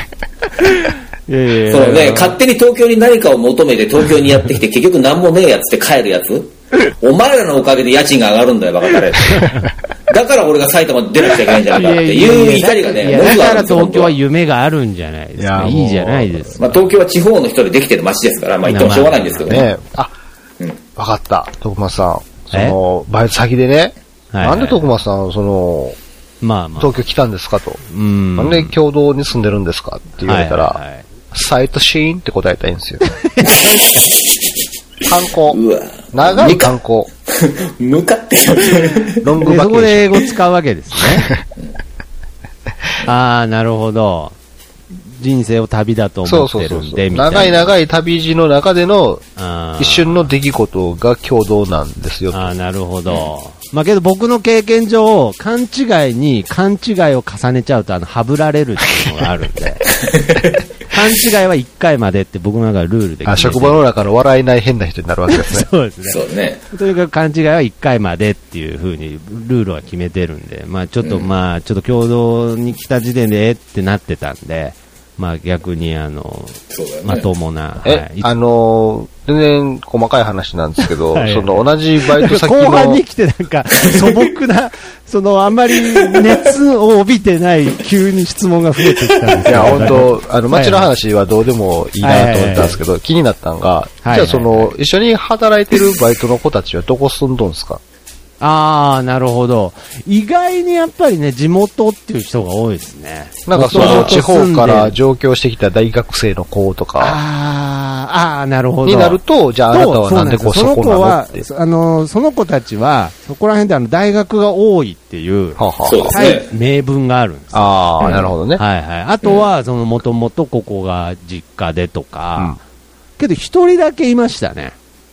周り。そうね、勝手に東京に何かを求めて東京にやってきて結局何もねえやつって帰るやつ。お前らのおかげで家賃が上がるんだよ、バカタレ。だから俺が埼玉出なくちゃいけないんじゃないかっていう怒りがね、 だから東京は夢があるんじゃないですか。いいじゃないですか。 まあ東京は地方の人でできてる街ですから、まあ言ってもしょうがないんですけどね。 わかった。徳松さん。バイト先でね、なんで徳松さん、東京来たんですかと。なんで共同に住んでるんですかって言われたら、サイトシーンって答えたいんですよ。観光。長い観光。 向かってロングバケーション。そこで英語使うわけですね。ああ、なるほど。 人生を旅だと思ってるんで、みたいな。 長い長い旅路の中での一瞬の出来事が共同なんですよ。 なるほど。まあけど僕の経験上、勘違いに勘違いを重ねちゃうとはぶられるっていうのがあるんで。勘違いは1回までって僕の中でルールで。 職場の中の笑えない変な人になるわけですね。 そうですね。 そうね。 とにかく勘違いは1回までっていう風にルールは決めてるんで、まあちょっと共同に来た時点でってなってたんで、まあ逆にそうだよね、 まともな。 全然細かい話なんですけど、はい、同じバイト先の。 後半に来てなんか素朴な、あんまり熱を帯びてない急に質問が増えてきたんですよ。 いや、本当街の話はどうでもいいなと思ったんですけど、気になったのが、じゃあ一緒に働いてるバイトの子たちはどこ住んどんですか？ なるほど。意外にやっぱりね、地元っていう人が多いですね。 なんか地方から上京してきた大学生の子とか。 なるほど。 になると、じゃああなたはなんでそこなのって。 その子たちは、そこら辺で大学が多いっていう、名分があるんです。 なるほどね。 はいはい。あとは、もともとここが実家でとか、けど一人だけいましたね。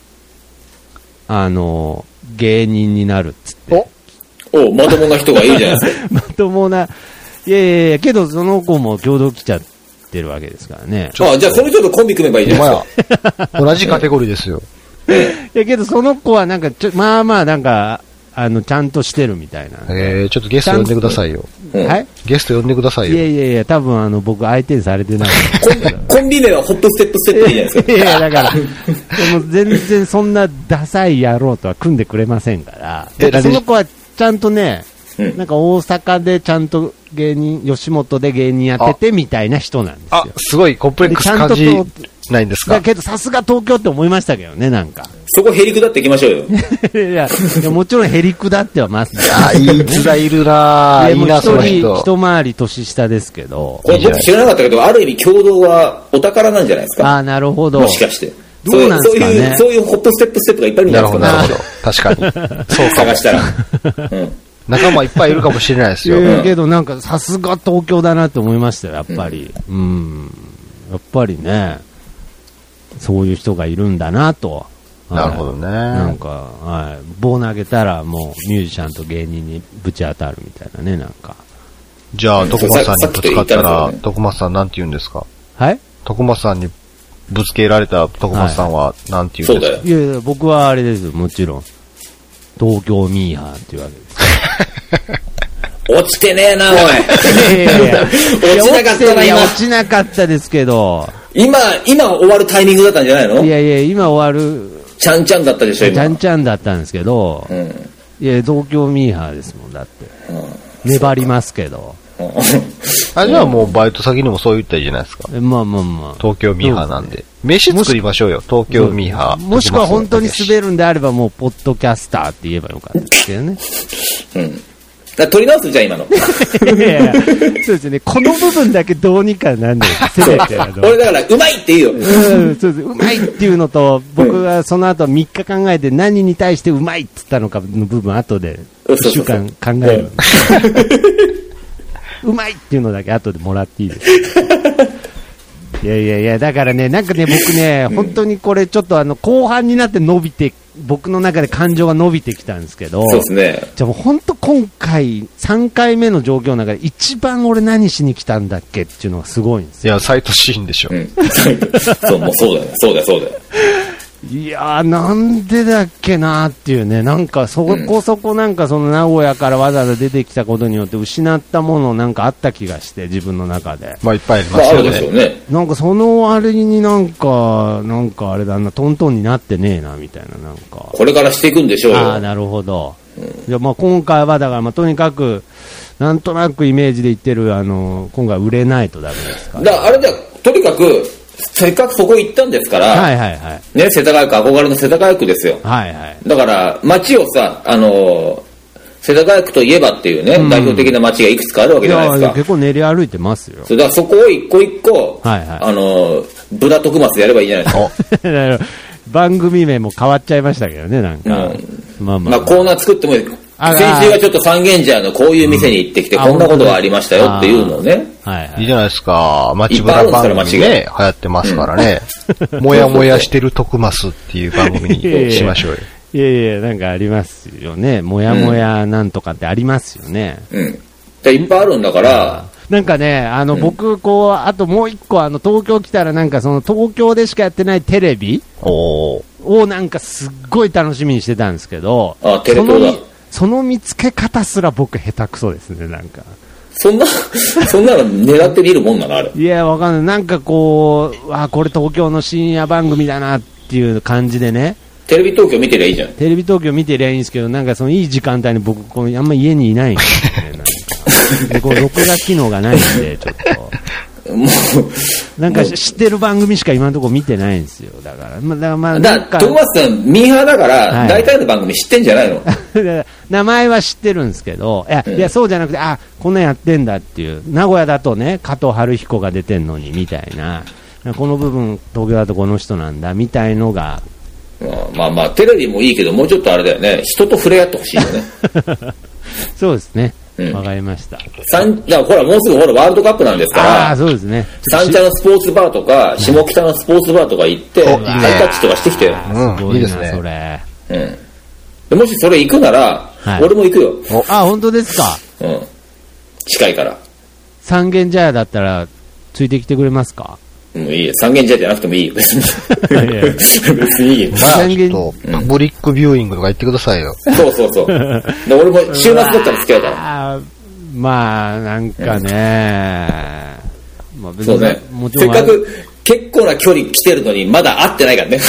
芸人になるっつって。 まともな人がいいじゃないですか。 まともな。いや、けどその子も共同来ちゃってるわけですからね。 じゃあその人とコンビ組めばいいじゃないですか。 同じカテゴリーですよ。 いや、けどその子はなんか、まあまあなんか、ちゃんとしてるみたいな。 ちょっとゲスト呼んでくださいよ。 はい？ ゲスト呼んでくださいよ。 いや、多分僕相手にされてない。 コンビ名はホットステップステップでいいじゃないですか。 いや、だから、全然そんなダサい野郎とは組んでくれませんから。その子はちゃんとね、なんか大阪でちゃんと吉本で芸人やっててみたいな人なんですよ。 すごいコンプレックス感じないんですか？ だけどさすが東京って思いましたけどね、なんか。 そこへりくだっていきましょうよ。 いやもちろんへりくだってはます。 いい面いるなぁ。いいな、その人。 一回り年下ですけど。 これ僕知らなかったけど、ある意味共同はお宝なんじゃないですか。 なるほど。 もしかして。 どうなんですかね。 そういうホットステップステップがいっぱいいるんじゃないですか。 なるほど。確かに。そう探したら。 仲間いっぱいいるかもしれないですよ。 けどなんかさすが東京だなって思いましたよ、やっぱり。やっぱりね、そういう人がいるんだなと。 なるほどね。 なんか、棒投げたらもうミュージシャンと芸人にぶち当たるみたいなね、なんか。 じゃあ、徳松さんにぶつかったら、徳松さんなんて言うんですか？ はい？ 徳松さんにぶつけられた徳松さんはなんて言うんですか？ いや、僕はあれですよ、もちろん。東京ミーハーっていうわけです。 落ちてねえな、おい。落ちなかったな、今。 落ちなかったですけど。 今終わるタイミングだったんじゃないの？ いや、今終わる。 ちゃんちゃんだったでしょ、今。 ちゃんちゃんだったんですけど。いや、東京ミーハーですもん、だって。粘りますけど。 じゃあもうバイト先にもそう言ったらいいじゃないですか。 まあ。 東京ミーハーなんで。名刺作りましょうよ、東京ミーハー。 もしくは本当に滑るんであればもう、ポッドキャスターって言えばよかったですけどね。 取り直すじゃん、今の。 そうですね。この部分だけどうにかなんで。 俺だから、うまいって言うよ。 そうです。うまいっていうのと、僕はその後3日考えて何に対してうまいって言ったのかの部分後で1週間考える。うまいっていうのだけ後でもらっていいですか？いや、だからね、なんかね、僕ね、本当にこれちょっと後半になって僕の中で感情が伸びてきたんですけど、 そうですね。 じゃあもう本当今回、3回目の状況の中で一番俺何しに来たんだっけっていうのがすごいんですよ。 いや、サイトシーンでしょ。 もうそうだよ。 いやー、なんでだっけなーっていうね、なんかそこなんかその名古屋からわざわざ出てきたことによって失ったものなんかあった気がして、自分の中で。 まあいっぱいありますよね。 ですよね。 なんかそのあれになんかあれだな、トントンになってねえな、みたいな、なんか。 これからしていくんでしょうよ。 なるほど。いや、まあ今回はだから、とにかく、なんとなくイメージで言ってる、今回売れないとダメですか、 あれじゃとにかく、せっかくそこ行ったんですから、ね、世田谷区、憧れの世田谷区ですよ。だから、街をさ、世田谷区といえばっていうね、代表的な街がいくつかあるわけじゃないですか。 結構練り歩いてますよ。 だからそこを一個一個、ブラ徳松やればいいじゃないですか。 番組名も変わっちゃいましたけどね、なんか。 まあコーナー作ってもいい。 先週はちょっと三軒茶屋のこういう店に行ってきて、こんなことがありましたよっていうのをね。 いいじゃないですか。街ブラ番組ね、流行ってますからね。もやもやしてる徳増っていう番組にしましょうよ。 いやいや、なんかありますよね。もやもやなんとかってありますよね。 いっぱいあるんだから。 なんかね、僕、あともう一個、東京来たらなんかその東京でしかやってないテレビをなんかすっごい楽しみにしてたんですけど、 テレ東だ。 その見つけ方すら僕下手くそですね、なんか。 そんなの狙って見るもんなのあれ。 いや、わかんない。なんかこれ東京の深夜番組だなっていう感じでね。 テレビ東京見てりゃいいじゃん。 テレビ東京見てりゃいいんですけど、なんかそのいい時間帯に僕、あんま家にいないんですよね。で録画機能がないんで、ちょっと。もう、なんか知ってる番組しか今のところ見てないんですよ。だから、 徳松さん、ミーハーだから、大体の番組知ってんじゃないの名前は知ってるんですけど、いや、そうじゃなくて、こんなんやってんだっていう。名古屋だとね、加藤晴彦が出てんのに、みたいな。この部分、東京だとこの人なんだ、みたいのが。 まあ、テレビもいいけど、もうちょっとあれだよね。人と触れ合ってほしいよね。 そうですね。わかりました。 ほら、もうすぐワールドカップなんですから。 そうですね。 三茶のスポーツバーとか、下北のスポーツバーとか行って、ハイタッチとかしてきてよ。 すごいですね。それ。 もしそれ行くなら、俺も行くよ。 本当ですか。 近いから。 三軒茶屋だったら、ついてきてくれますか。 もういいよ。三軒茶屋じゃなくてもいいよ、別に。別にいいよ。 ちょっと、パブリックビューイングとか言ってくださいよ。 そう。で俺も週末だったら付き合うから。 まあ、なんかね。 そうね。せっかく結構な距離来てるのに、まだ会ってないからね。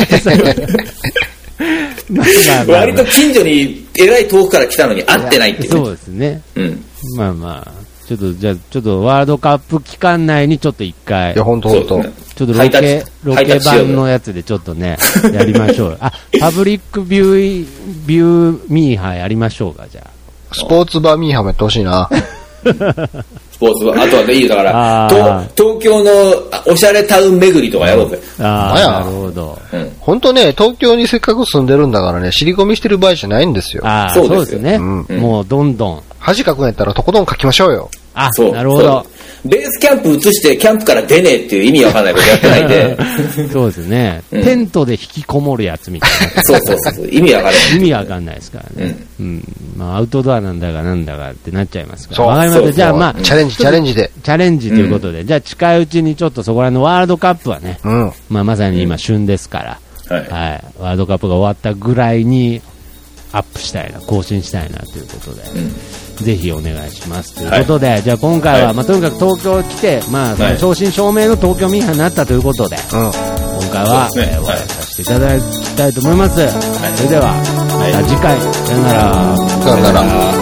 割と近所にえらい遠くから来たのに会ってないっていう。 そうですね。まあ。ちょっとワールドカップ期間内にちょっと一回。 いや、ほんと。 ちょっとロケ版のやつでちょっとね、やりましょう。パブリックビューミーハーやりましょうか、じゃあ。 スポーツバーミーハーもやってほしいな。 スポーツバー、あとはね、いいよ、だから、東京のおしゃれタウン巡りとかやろうぜ。 なるほど。 ほんとね、東京にせっかく住んでるんだからね、尻込みしてる場合じゃないんですよ。 そうですね。もうどんどん。 恥かくんやったらとことん書きましょうよ。 なるほど。 ベースキャンプ移してキャンプから出ねえっていう意味わかんないことやってないんで。 そうですね。テントで引きこもるやつみたいな。 そう。意味わかんない。 意味わかんないですからね。まあ、アウトドアなんだかなんだかってなっちゃいますから。わかりました。じゃあまあ、 チャレンジで。 チャレンジということで、じゃあ近いうちにちょっとそこらのワールドカップはね、まさに今旬ですから、ワールドカップが終わったぐらいにアップしたいな、更新したいなということで。ぜひお願いしますということで、じゃあ今回は、とにかく東京来て、正真正銘の東京ミーハーになったということで、今回は終わらさせていただきたいと思います。それでは、また次回、さよなら。